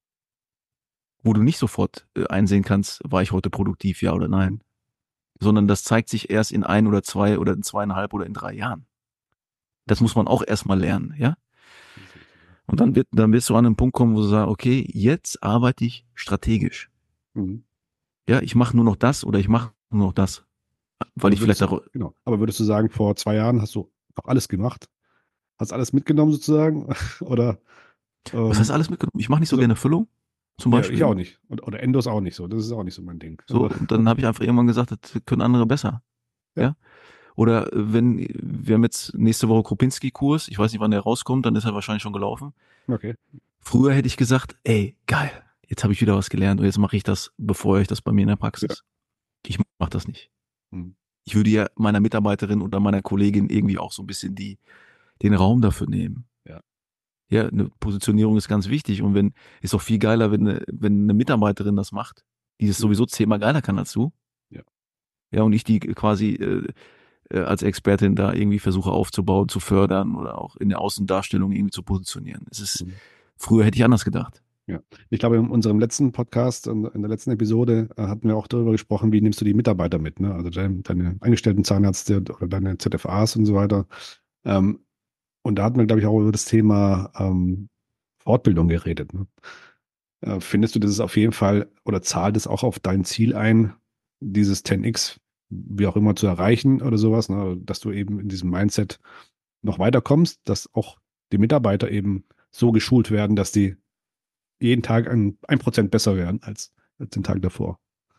wo du nicht sofort äh, einsehen kannst, war ich heute produktiv, ja oder Mhm. nein, sondern das zeigt sich erst in ein oder zwei oder in zweieinhalb oder in drei Jahren. Das muss man auch erstmal lernen, ja. Das ist richtig, ja. Und dann wird, dann wirst du an einen Punkt kommen, wo du sagst, okay, jetzt arbeite ich strategisch. Mhm. Ja, ich mache nur noch das oder ich mache nur noch das, weil Aber ich würdest vielleicht du, auch, genau, aber würdest du sagen, vor zwei Jahren hast du auch alles gemacht? Hast alles mitgenommen sozusagen? Oder, was heißt ähm, alles mitgenommen? Ich mache nicht so also, gerne Füllung, zum ja, ich auch Beispiel. nicht. Und, oder Endos auch nicht so. Das ist auch nicht so mein Ding. So, Also, und dann habe ich einfach irgendwann gesagt, das können andere besser. ja, Ja. Oder äh, wenn, wir haben jetzt nächste Woche Kropinski-Kurs, ich weiß nicht, wann der rauskommt, dann ist er wahrscheinlich schon gelaufen. okay. Früher hätte ich gesagt, ey, geil, jetzt habe ich wieder was gelernt und jetzt mache ich das, befeuere ich das bei mir in der Ja. Praxis. Ich mache das nicht. Mhm. Ich würde ja meiner Mitarbeiterin oder meiner Kollegin irgendwie auch so ein bisschen die, den Raum dafür nehmen. Ja. Ja, eine Positionierung ist ganz wichtig und wenn, ist auch viel geiler, wenn eine, wenn eine Mitarbeiterin das macht, die es Mhm. sowieso zehnmal geiler kann als du. Ja. Ja, und ich die quasi äh, äh, als Expertin da irgendwie versuche aufzubauen, zu fördern oder auch in der Außendarstellung irgendwie zu positionieren. Es ist, Mhm. früher hätte ich anders gedacht. Ja. Ich glaube, in unserem letzten Podcast, in, in der letzten Episode, äh, hatten wir auch darüber gesprochen, wie nimmst du die Mitarbeiter mit, ne? Also deine, deine angestellten Zahnärzte oder deine Z F As und so weiter. Ähm, und da hatten wir, glaube ich, auch über das Thema ähm, Fortbildung geredet. Ne? Äh, findest du, das ist auf jeden Fall oder zahlt es auch auf dein Ziel ein, dieses zehn x, wie auch immer, zu erreichen oder sowas, ne? Dass du eben in diesem Mindset noch weiterkommst, dass auch die Mitarbeiter eben so geschult werden, dass die jeden Tag ein, ein Prozent besser werden als, als den Tag davor.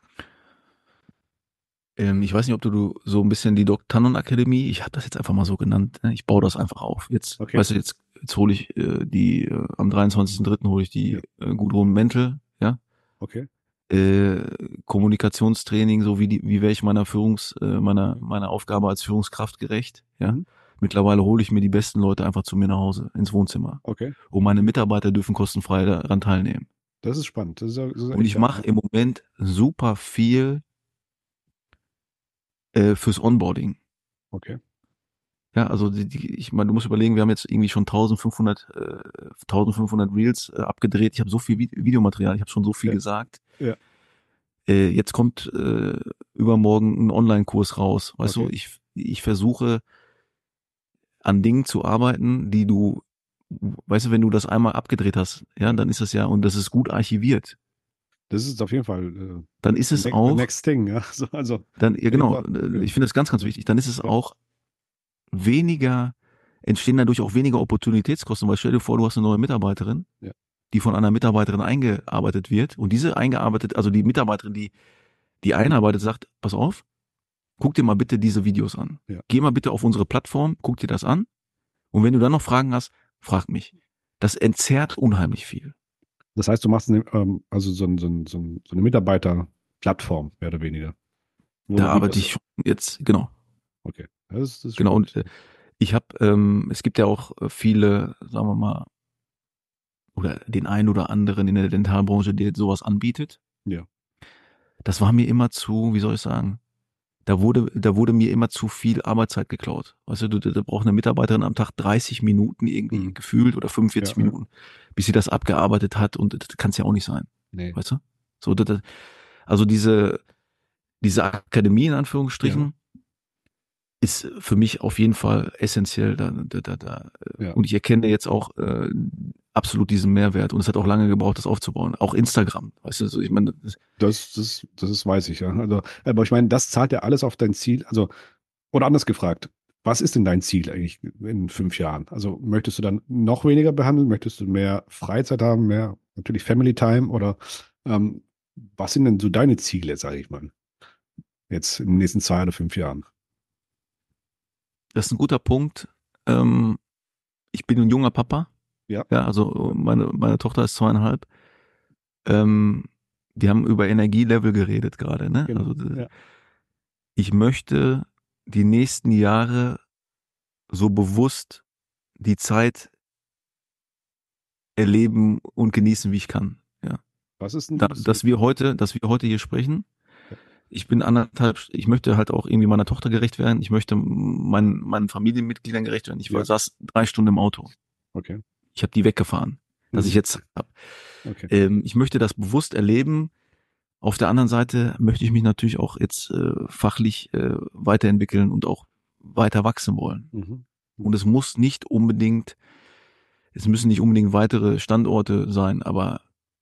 Ähm, ich weiß nicht, ob du, du so ein bisschen die Doc Tannen Akademie, ich habe das jetzt einfach mal so genannt, ne? Ich baue das einfach auf. Jetzt, Okay, weißt du, jetzt, jetzt hole ich äh, die, äh, am dreiundzwanzigsten dritten hole ich die ja, äh, Gudrun Mentel, ja. okay. Äh, Kommunikationstraining, so wie die, wie wäre ich meiner Führungs, äh, meiner, Mhm. meiner Aufgabe als Führungskraft gerecht, ja. Mhm. Mittlerweile hole ich mir die besten Leute einfach zu mir nach Hause, ins Wohnzimmer. Okay, Und meine Mitarbeiter dürfen kostenfrei daran teilnehmen. das ist spannend. Das ist, ja- das ist Und echt ich geil. mache Ja. im Moment super viel äh, fürs Onboarding. Okay, Ja, also die, die, ich meine, du musst überlegen, wir haben jetzt irgendwie schon eintausendfünfhundert, äh, eintausendfünfhundert Reels äh, abgedreht. Ich habe so viel Vi- Videomaterial, ich habe schon so viel ja, gesagt. ja, Äh, jetzt kommt äh, übermorgen ein Online-Kurs raus. Weißt du, okay. ich, ich versuche an Dingen zu arbeiten, die du, weißt du, wenn du das einmal abgedreht hast, ja, Ja. dann ist das ja, und das ist gut archiviert, Das ist auf jeden Fall äh, dann ist the, es ne the auch, next thing, ja. So, also, dann, ja genau, einfach, äh, genau. ich finde das ganz, ganz Ja, wichtig, dann ist es ja, auch weniger, entstehen dadurch auch weniger Opportunitätskosten, weil stell dir vor, du hast eine neue Mitarbeiterin, ja, die von einer Mitarbeiterin eingearbeitet wird und diese eingearbeitet, also die Mitarbeiterin, die die einarbeitet, sagt, pass auf, guck dir mal bitte diese Videos an. ja. Geh mal bitte auf unsere Plattform, guck dir das an und wenn du dann noch Fragen hast, frag mich. Das entzerrt unheimlich viel. Das heißt, du machst eine, ähm, also so, ein, so, ein, so, ein, so eine Mitarbeiterplattform, mehr oder weniger, wo Da du arbeite Videos. ich jetzt, genau, Okay, ja, das, ist- das ist genau. Und spannend. äh, ich habe, ähm, es gibt ja auch äh, viele, sagen wir mal, oder den einen oder anderen in der Dentalbranche, der sowas anbietet. Ja. Das war mir immer zu, wie soll ich sagen, da wurde, da wurde mir immer zu viel Arbeitszeit geklaut. Weißt du, da, da braucht eine Mitarbeiterin am Tag dreißig Minuten irgendwie Mhm. gefühlt oder Ja, fünfundvierzig ja. Minuten, bis sie das abgearbeitet hat und das kann es ja auch nicht sein. Nee. Weißt du? So, das, das- also diese, diese Akademie in Ja, Anführungsstrichen ist für mich auf jeden Fall essentiell da, da, da, da. ja. Und ich erkenne jetzt auch äh, absolut diesen Mehrwert und es hat auch lange gebraucht, das aufzubauen. Auch Instagram, weißt du, so, ich meine, das, Das, das, das ist, weiß ich, ja. Also, aber ich meine, das zahlt ja alles auf dein Ziel. Also, oder anders gefragt, was ist denn dein Ziel eigentlich in fünf Jahren? Also, möchtest du dann noch weniger behandeln? Möchtest du mehr Freizeit haben, mehr natürlich Family Time? Oder ähm, was sind denn so deine Ziele, sage ich mal, jetzt in den nächsten zwei oder fünf Jahren? das ist ein guter Punkt. Ähm, ich bin ein junger Papa. Ja, Ja, also ja, meine, meine Tochter ist zweieinhalb. ähm, die haben über Energielevel geredet gerade, ne? Genau. Also äh, Ja. ich möchte die nächsten Jahre so bewusst die Zeit erleben und genießen, wie ich kann. Ja. Was ist Da, denn das? dass wir heute, dass wir heute hier sprechen. Ja. Ich bin anderthalb, ich möchte halt auch irgendwie meiner Tochter gerecht werden. Ich möchte meinen, meinen Familienmitgliedern gerecht werden. Ich war, Ja. saß drei Stunden im Auto. Okay. Ich habe die weggefahren, dass ich Mhm. jetzt habe. Okay. Ähm, ich möchte das bewusst erleben. Auf der anderen Seite möchte ich mich natürlich auch jetzt äh, fachlich äh, weiterentwickeln und auch weiter wachsen wollen. Mhm. Und Mhm. es muss nicht unbedingt, es müssen nicht unbedingt weitere Standorte sein, aber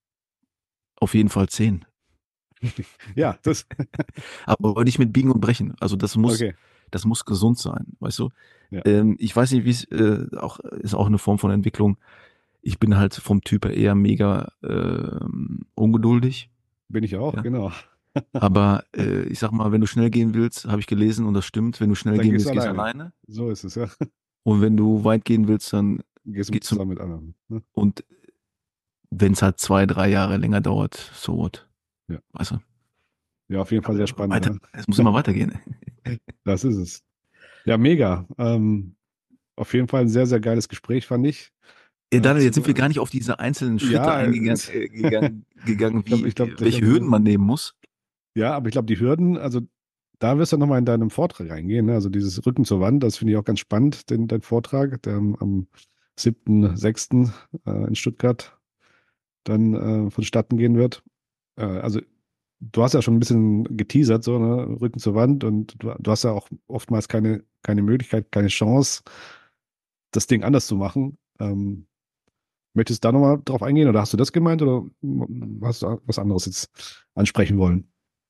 auf jeden Fall zehn. Ja, das. Aber nicht mit Biegen und Brechen. Also das muss, Okay. das muss gesund sein, weißt du? Ja. Ähm, ich weiß nicht, wie es äh, auch ist auch eine Form von Entwicklung. Ich bin halt vom Typ her eher mega ähm, ungeduldig. Bin ich auch, Ja. genau. Aber äh, ich sag mal, wenn du schnell gehen willst, habe ich gelesen und das stimmt, wenn du schnell Dann gehen gehst du willst, gehst alleine. alleine. So ist es, ja. Und wenn du weit gehen willst, dann Gehst du gehst du. zusammen mit anderen. Ne? Und wenn es halt zwei, drei Jahre länger dauert, so what, Ja. weißt du? Ja, auf jeden Fall sehr spannend. Weiter, Ne? es muss immer weitergehen. Das ist es. Ja, mega. Ähm, auf jeden Fall ein sehr, sehr geiles Gespräch, fand ich. Ja, Äh, Daniel, zu, jetzt sind wir gar nicht auf diese einzelnen Schritte ja, eingegangen, es, äh, gegangen, gegangen, ich glaube, wie, ich glaube, ich welche glaub, Hürden man nehmen muss. ja, aber ich glaube, die Hürden, also da wirst du nochmal in deinem Vortrag reingehen. Ne? Also dieses Rücken zur Wand, das finde ich auch ganz spannend, den, dein Vortrag, der am, am siebten sechsten Äh, in Stuttgart dann äh, vonstatten gehen wird. Äh, also du hast ja schon ein bisschen geteasert, so, ne? Rücken zur Wand und du, du hast ja auch oftmals keine, keine Möglichkeit, keine Chance, das Ding anders zu machen. Ähm, möchtest du da nochmal drauf eingehen oder hast du das gemeint oder hast du was anderes jetzt ansprechen wollen?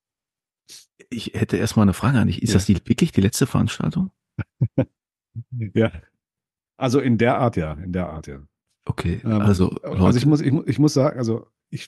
Ich hätte erstmal eine Frage an dich. Ist das Ja. die, wirklich die letzte Veranstaltung? Ja, also in der Art ja, in der Art ja. Okay, Ähm, also also ich Leute, muss, ich, mu- ich muss sagen, also ich,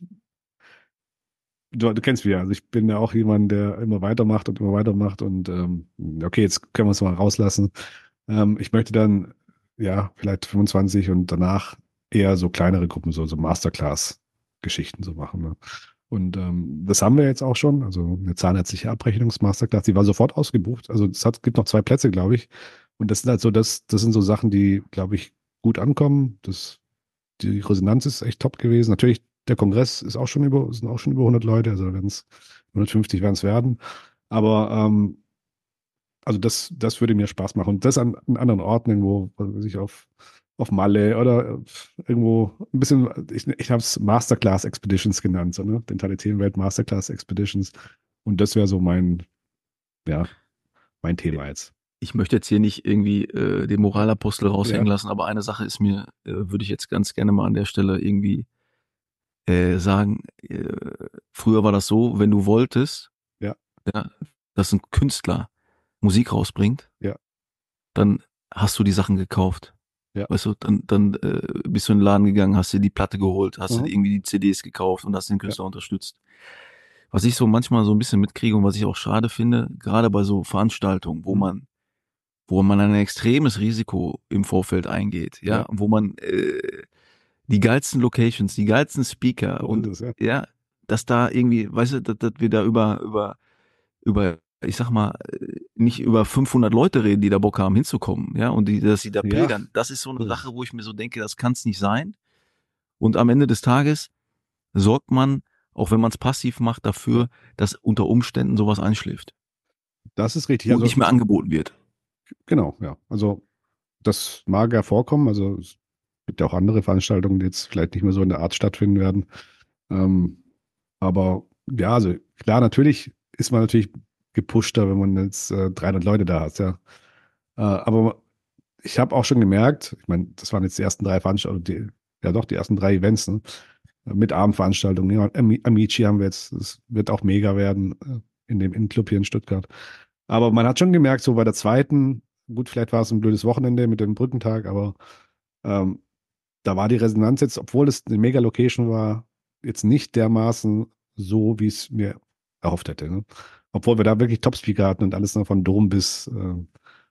du, du kennst mich ja, also ich bin ja auch jemand, der immer weitermacht und immer weitermacht und ähm, okay, jetzt können wir es mal rauslassen. Ähm, ich möchte dann, ja, vielleicht fünfundzwanzig und danach eher so kleinere Gruppen, so, so Masterclass-Geschichten so machen. Ne? Und ähm, das haben wir jetzt auch schon, also eine zahnärztliche Abrechnungs-Masterclass, die war sofort ausgebucht. Also es hat, gibt noch zwei Plätze, glaube ich. Und das sind halt so, das, das sind so Sachen, die, glaube ich, gut ankommen. Das, die Resonanz ist echt top gewesen. Natürlich, der Kongress ist auch schon über, sind auch schon über hundert Leute, also wenn es hundertfünfzig werden es werden. Aber ähm, also das, das würde mir Spaß machen. Und das an, an anderen Orten irgendwo, was weiß ich, auf, auf Malle oder irgendwo ein bisschen, ich, ich habe es Masterclass Expeditions genannt, so, ne? Mentalitätenwelt Masterclass Expeditions. Und das wäre so mein, ja, mein Thema jetzt. ich möchte jetzt hier nicht irgendwie äh, den Moralapostel Ja, raushängen lassen, aber eine Sache ist mir, äh, würde ich jetzt ganz gerne mal an der Stelle irgendwie äh, sagen. Äh, früher war das so, wenn du wolltest, ja, ja, dass ein Künstler Musik rausbringt, ja, dann hast du die Sachen gekauft. ja. Weißt du, dann, dann äh, bist du in den Laden gegangen, hast dir die Platte geholt, hast dir Mhm. irgendwie die C Ds gekauft und hast den Ja, Künstler unterstützt. Was ich so manchmal so ein bisschen mitkriege und was ich auch schade finde, gerade bei so Veranstaltungen, wo mhm. man, wo man ein extremes Risiko im Vorfeld eingeht, ja, Ja, wo man äh, die geilsten Locations, die geilsten Speaker so ist und es, ja. ja, dass da irgendwie, weißt du, dass, dass wir da über, über, über, ich sag mal, äh, nicht über fünfhundert Leute reden, die da Bock haben hinzukommen, ja, und die, dass sie da Ja, pilgern. Das ist so eine so ist Sache, es. wo ich mir so denke, das kann es nicht sein. Und am Ende des Tages sorgt man, auch wenn man es passiv macht, Ja, dafür, dass unter Umständen sowas einschläft das ist richtig. und Also nicht mehr angeboten wird. genau, ja. Also das mag ja vorkommen. Also es gibt ja auch andere Veranstaltungen, die jetzt vielleicht nicht mehr so in der Art stattfinden werden. Ähm, aber ja, also klar, natürlich ist man natürlich gepushter, wenn man jetzt äh, dreihundert Leute da hat, ja. Äh, aber ich habe auch schon gemerkt, ich meine, das waren jetzt die ersten drei Veranstaltungen, die, ja doch, die ersten drei Events, ne? Mit Abendveranstaltungen. Ja, Ami- Amici haben wir jetzt, das wird auch mega werden äh, in dem Innclub hier in Stuttgart. Aber man hat schon gemerkt, so bei der zweiten, gut, vielleicht war es ein blödes Wochenende mit dem Brückentag, aber ähm, da war die Resonanz jetzt, obwohl es eine Mega-Location war, jetzt nicht dermaßen so, wie es mir erhofft hätte. Ne? Obwohl wir da wirklich Top-Speaker hatten und alles, ne, von Dom bis, äh,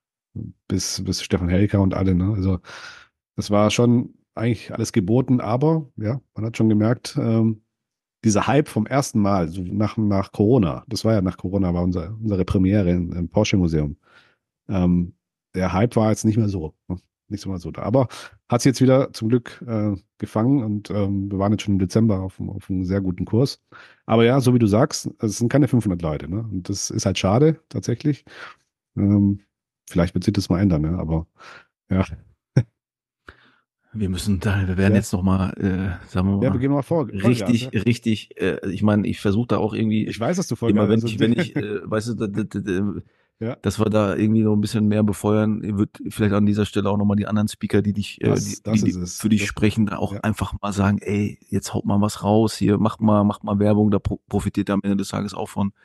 bis, bis Stefan Helker und alle. Ne? Also das war schon eigentlich alles geboten, aber ja, man hat schon gemerkt, ähm, dieser Hype vom ersten Mal, so nach, nach Corona, das war ja nach Corona, war unser, unsere Premiere im, im Porsche Museum. Ähm, der Hype war jetzt nicht mehr so, ne? Nicht so mal so da. Aber hat sich jetzt wieder zum Glück äh, gefangen und ähm, wir waren jetzt schon im Dezember auf, einem- auf einem sehr guten Kurs. Aber ja, so wie du sagst, es sind keine fünfhundert Leute, ne? Und das ist halt schade, tatsächlich. Ähm, vielleicht wird sich das mal ändern, ne? Aber ja, Wir müssen da, wir werden ja, jetzt nochmal, äh, sagen wir ja, wir mal, gehen mal vor, Vollgas, richtig, ja. richtig, äh, ich meine, ich versuche da auch irgendwie, Ich weiß, dass du immer Vollgas, wenn also ich, wenn ich, äh, weißt du, da, da, da, da, ja, dass wir da irgendwie noch ein bisschen mehr befeuern, ich würde vielleicht an dieser Stelle auch nochmal die anderen Speaker, die dich, äh, die, das, das die, ist die es. für dich Das, sprechen, da auch ja, einfach mal sagen, ey, jetzt haut mal was raus hier, macht mal, macht mal Werbung, da pro profitiert ihr am Ende des Tages auch von.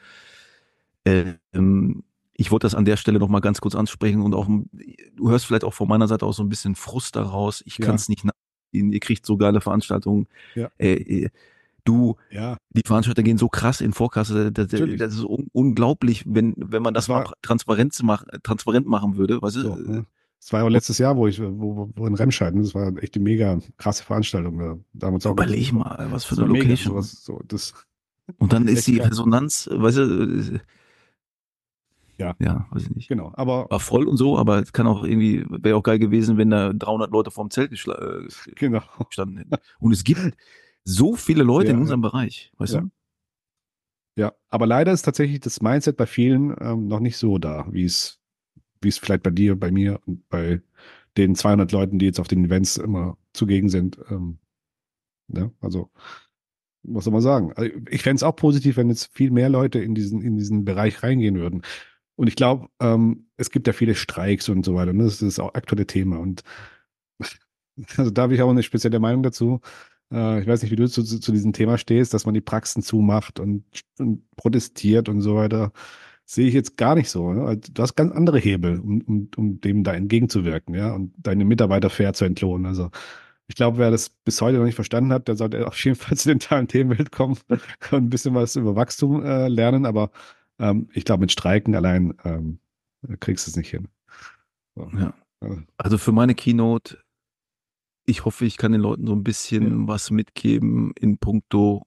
Ähm, ich wollte das an der Stelle noch mal ganz kurz ansprechen und auch, du hörst vielleicht auch von meiner Seite aus so ein bisschen Frust daraus. Ich kann ja, es nicht nachvollziehen. Ihr kriegt so geile Veranstaltungen. ja, Äh, äh, du, ja, die Veranstalter gehen so krass in Vorkasse. Das, das natürlich. das ist un unglaublich, wenn, wenn man Das das mal war transparent, mach, transparent machen würde. Weißt so, du? ne? Das war ja auch letztes Jahr, wo ich, wo, wo wo in Remscheid, ne? Das war echt eine mega krasse Veranstaltung. Da, da haben wir uns auch gedacht, Überleg mal, was für das eine war mega, Location. sowas, so, das Und dann ist echt die geil. Resonanz, weißt du, Ja, ja, weiß ich nicht. genau. Aber War voll und so, aber es kann auch irgendwie, wäre auch geil gewesen, wenn da dreihundert Leute vorm Zelt geschla- äh, genau. gestanden hätten. Und es gibt so viele Leute in Ja, ja, unserem Bereich, weißt ja, du? ja. Aber leider ist tatsächlich das Mindset bei vielen ähm, noch nicht so da, wie es, wie es vielleicht bei dir, bei mir und bei den zweihundert Leuten, die jetzt auf den Events immer zugegen sind. Ähm, ne? Also, was soll man sagen? Also, ich fände es auch positiv, wenn jetzt viel mehr Leute in diesen, in diesen Bereich reingehen würden. Und ich glaube, ähm, es gibt ja viele Streiks und so weiter. Und das ist auch aktuelle Thema. Und also da habe ich auch eine spezielle Meinung dazu. Äh, ich weiß nicht, wie du zu, zu, zu diesem Thema stehst, dass man die Praxen zumacht und, und protestiert und so weiter. Sehe ich jetzt gar nicht so. Ne? Also, du hast ganz andere Hebel, um, um, um dem da entgegenzuwirken, ja, und deine Mitarbeiter fair zu entlohnen. Also ich glaube, wer das bis heute noch nicht verstanden hat, der sollte auf jeden Fall zu den totalen Themenwelt kommen und ein bisschen was über Wachstum äh, lernen. Aber ähm, ich glaube, mit Streiken allein ähm, kriegst du es nicht hin. So. Ja. Äh, Also für meine Keynote, ich hoffe, ich kann den Leuten so ein ja, bisschen was mitgeben in puncto,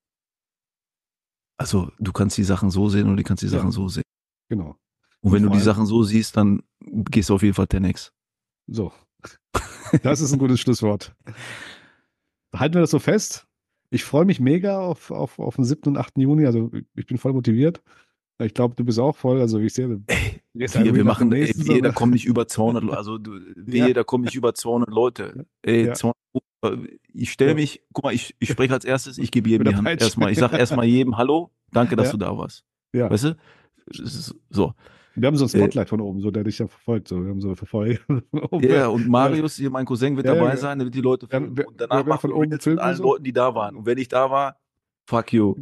also du kannst die Sachen so sehen oder du kannst die ja, Sachen so sehen. genau. Und Und wenn du vor die allem, Sachen so siehst, dann gehst du auf jeden Fall ten x. so, das ist ein gutes Schlusswort. Halten wir das so fest. Ich freue mich mega auf, auf, auf den siebten und achten Juni. Also ich bin voll motiviert. Ich glaube, du bist auch voll. Also wie ich sehe, du Ey, gehst ein wir, Reel wir nach dem machen, ey, nächsten. So, wehe, da ne? kommen nicht über zweihundert Leute, also du, Ja, wehe, da kommen nicht über zweihundert Leute. Ey, ja, zweihundert, ich stelle ja. mich, guck mal, ich, ich spreche als erstes, ich gebe jedem Mit der die Hand. Peitsche. Erstmal, ich sag erstmal jedem Hallo, danke, dass Ja, du da warst. ja. Weißt du? Das ist so. Wir haben so ein Äh, Spotlight von oben, so der dich ja verfolgt. So. Wir haben so verfolgt. von oben, ja, und äh, Marius, hier mein Cousin, wird ja, ja, dabei wir, sein, der wird die Leute werden, filmen. wir, Und wir danach werden machen von wir oben Reels mit filmen und allen so. Leuten, die da waren. Und wenn ich da war, fuck you.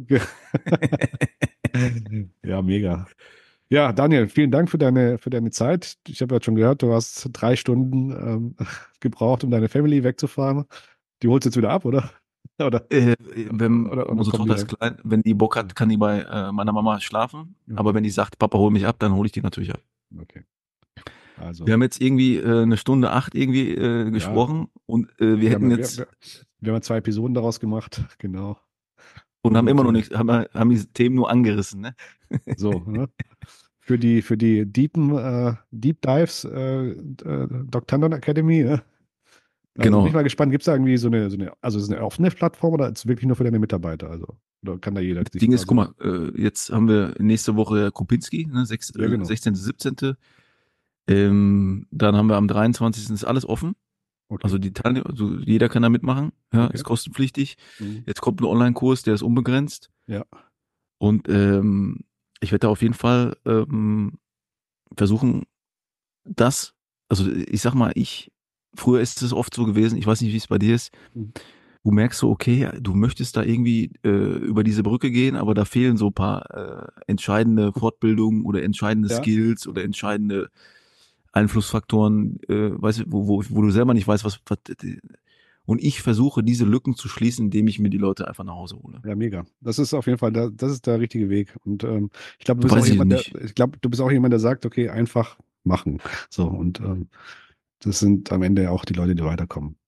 Ja, mega. Ja, Daniel, vielen Dank für deine, für deine Zeit. Ich habe ja schon gehört, du hast drei Stunden ähm, gebraucht, um deine Family wegzufahren. Die holst du jetzt wieder ab, oder? Oder, Äh, wenn oder, oder unsere kommen die Tochter ist rein? klein, wenn die Bock hat, kann die bei äh, meiner Mama schlafen. Aber Okay, wenn die sagt, Papa, hol mich ab, dann hole ich die natürlich ab. okay. Also, Wir haben jetzt irgendwie äh, eine Stunde acht irgendwie äh, ja, gesprochen und äh, wir wir haben, hätten ja- wir, jetzt wir, wir haben ja zwei Episoden daraus gemacht, genau. und haben Und immer noch äh, nichts, haben, haben die Themen nur angerissen, ne? so, ne? Für die, für die deepen, äh, Deep Dives, äh, äh, Doc Tandon Academy, ne? Also bin ich Genau. mal gespannt, gibt es da irgendwie so eine, so eine, also ist es eine offene Plattform oder ist es wirklich nur für deine Mitarbeiter? Also, oder kann da jeder Das sich Ding ist, quasi. guck mal, äh, jetzt haben wir nächste Woche Kropinski, ne, sechs, Ja, äh, genau. sechzehnten, siebzehnten. Ähm, dann haben wir am dreiundzwanzigsten ist alles offen. Okay, Also die Teilnehmer, also jeder kann da mitmachen, ja, okay. ist kostenpflichtig. Mhm. Jetzt kommt ein Online-Kurs, der ist unbegrenzt. Ja, Und ähm, ich werde da auf jeden Fall ähm, versuchen, das, also ich sag mal, ich, früher ist es oft so gewesen, ich weiß nicht, wie es bei dir ist, mhm. du merkst so, okay, du möchtest da irgendwie äh, über diese Brücke gehen, aber da fehlen so ein paar äh, entscheidende Fortbildungen oder entscheidende Ja, Skills oder entscheidende Einflussfaktoren, äh, weißt du, wo, wo, wo du selber nicht weißt, was, was und ich versuche, diese Lücken zu schließen, indem ich mir die Leute einfach nach Hause hole. ja, mega. Das ist auf jeden Fall, der, das ist der richtige Weg. Und ähm, ich glaube, du bist auch Weiß ich jemand, der, nicht. ich glaube, du bist auch jemand, der sagt, okay, einfach machen. So, und ähm, das sind am Ende auch die Leute, die weiterkommen.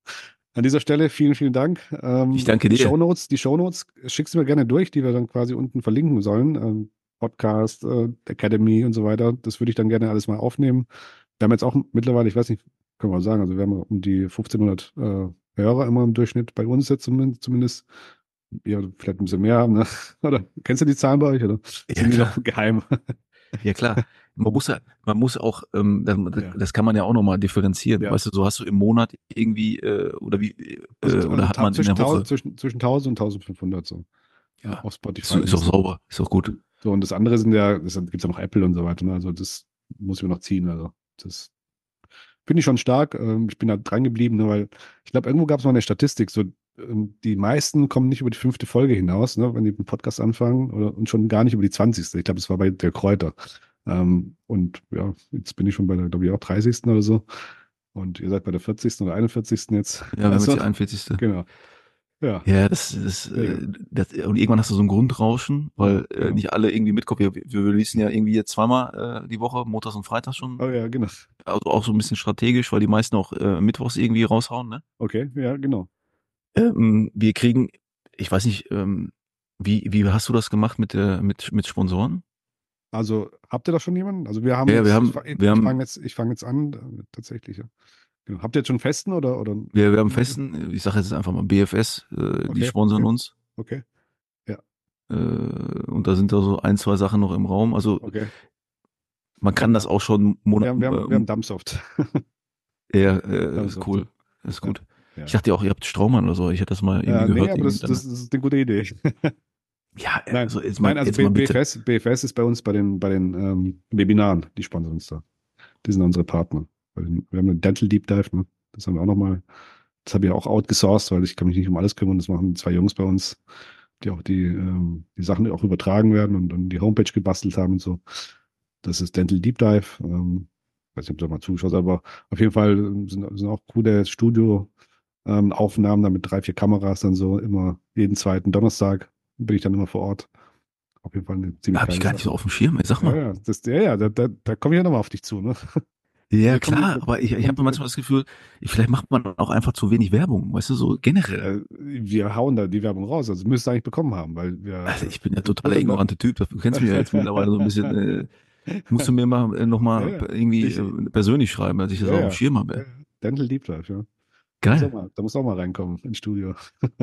An dieser Stelle vielen, vielen Dank. Ähm, Ich danke die dir. Shownotes, die Shownotes schickst du mir gerne durch, die wir dann quasi unten verlinken sollen. Ähm, Podcast, äh, Academy und so weiter. Das würde ich dann gerne alles mal aufnehmen. Wir haben jetzt auch mittlerweile, ich weiß nicht, können wir mal sagen, also wir haben um die fünfzehnhundert äh, Hörer immer im Durchschnitt bei uns jetzt zumindest. zumindest. Ja, vielleicht ein bisschen mehr haben, ne? Oder kennst du die Zahlen bei euch, oder? Ja, Sind die klar. noch geheim? Ja, klar. Man muss ja, man muss auch, ähm, das, Ja. das kann man ja auch nochmal differenzieren. Ja. Weißt du, so hast du im Monat irgendwie, äh, oder wie, äh, Also, oder also hat ta- man in zwischen, der Woche. tausend, zwischen, zwischen tausend und eintausendfünfhundert so. Ja. Auf Spotify. Ist, ist auch sauber, ist auch gut. So, und das andere sind ja, es gibt ja noch Apple und so weiter, ne? Also das muss ich mir noch ziehen. Also das finde ich schon stark. Ähm, ich bin da dran geblieben, ne? Weil ich glaube, irgendwo gab es mal eine Statistik, so ähm, die meisten kommen nicht über die fünfte Folge hinaus, ne, wenn die einen Podcast anfangen, oder und schon gar nicht über die zwanzigste. Ich glaube, das war bei der Kräuter. Ähm, und ja, jetzt bin ich schon bei der, glaube ich, auch dreißigsten oder so. Und ihr seid bei der vierzigsten oder einundvierzigsten jetzt. Ja, wir haben Also, jetzt die einundvierzigste. genau. Ja. Ja, das ist, Mega. äh, das, und irgendwann hast du so ein Grundrauschen, weil Ja, äh, genau. nicht alle irgendwie mitkommen. Wir, wir releasen ja irgendwie jetzt zweimal äh, die Woche, montags und freitags schon. Oh ja, genau. Also auch so ein bisschen strategisch, weil die meisten auch äh, mittwochs irgendwie raushauen, ne? Okay, ja, genau. Ähm, wir kriegen, ich weiß nicht, ähm, wie, wie hast du das gemacht mit der, mit, mit Sponsoren? Also habt ihr da schon jemanden? Also wir haben Ja, jetzt, wir haben, ich, fa- ich, wir ich haben, fange jetzt, ich fange jetzt an, äh, tatsächlich, ja. Genau. Habt ihr jetzt schon einen festen oder, oder? wir, wir haben festen, ich sage jetzt einfach mal B F S, äh, die Okay, sponsern okay, uns. okay, ja, Äh, und da sind da so ein, zwei Sachen noch im Raum. Also okay. man kann das auch schon Wir Monat, haben, wir haben, wir äh, haben Dumpsoft. ja, äh, ist Dumpsoft, ja. cool, ist Ja, gut. ja. Ich dachte ja auch, ihr habt Straumann oder so. Ich hätte das mal irgendwie Äh, nee, gehört. aber Irgendwie das, dann, das, das ist eine gute Idee. ja, Nein, also jetzt mal, nein, also jetzt B- mal bitte. BFS, BFS ist bei uns bei den, bei den ähm, Webinaren, die sponsern uns da. Die sind unsere Partner. Bei den, wir haben einen Dental Deep Dive, ne? Das haben wir auch nochmal, das habe ich auch outgesourced, weil ich kann mich nicht um alles kümmern. Das machen zwei Jungs bei uns, die auch die, ähm, die Sachen auch übertragen werden und dann die Homepage gebastelt haben und so. Das ist Dental Deep Dive. Ähm, weiß nicht, ob du da mal zuschaust, aber auf jeden Fall sind, sind auch coole Studio-Aufnahmen, da mit drei, vier Kameras dann so immer jeden zweiten Donnerstag bin ich dann immer vor Ort. Auf jeden Fall eine ziemlich Habe ich geile gar nicht Sache. so auf dem Schirm. Ey, sag Ja, mal. ja, das, ja, ja, da, da, da komme ich ja nochmal auf dich zu, ne? Ja, Da kommen die- klar, da- aber ich, da ich kommen habe manchmal das Gefühl, ich, vielleicht macht man auch einfach zu wenig Werbung, weißt du, so generell. Äh, wir hauen da die Werbung raus. Also müsst ihr eigentlich bekommen haben, weil wir. Also ich bin ja Wo totaler denn da? ignorante Typ, du kennst mich ja jetzt mittlerweile so ein bisschen, äh, musst du mir mal äh, Ja, nochmal ja. irgendwie Ich, äh, persönlich schreiben, dass ich das ja, auch auf ja. dem Schirm habe. Ja, Dental Deep Dive, ja. Da muss auch Geil. mal, da muss auch mal reinkommen ins Studio.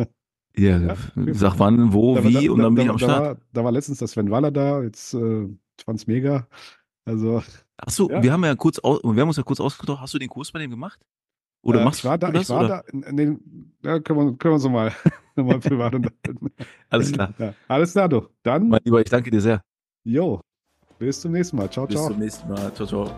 Ja, Ja, auf jeden Fall. sag wann, wo, Da, war- da, wie und da, dann bin ich da, am da, Start. war, da war letztens das Sven Waller da, jetzt äh, ich fand's mega. Also, Ach so, ja. wir haben ja kurz, aus, wir haben uns ja kurz ausgetauscht. Hast du den Kurs bei dem gemacht? Oder Äh, machst ich war da, du ich das? war Oder? da, in, in den, ja, können wir, können wir so mal, mal privat unterhalten. Alles klar. Ja, alles klar, du. Dann, Mein Lieber, ich danke dir sehr. jo, bis zum nächsten Mal. Ciao, Bis ciao. zum nächsten Mal. Ciao, ciao.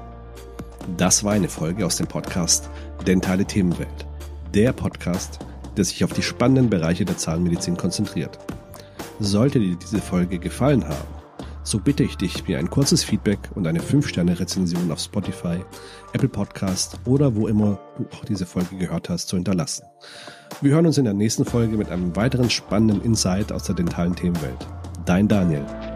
Das war eine Folge aus dem Podcast Dentale Themenwelt. Der Podcast, der sich auf die spannenden Bereiche der Zahnmedizin konzentriert. Sollte dir diese Folge gefallen haben, so bitte ich dich, mir ein kurzes Feedback und eine fünf Sterne Rezension auf Spotify, Apple Podcast oder wo immer du auch diese Folge gehört hast, zu hinterlassen. Wir hören uns in der nächsten Folge mit einem weiteren spannenden Insight aus der dentalen Themenwelt. Dein Daniel.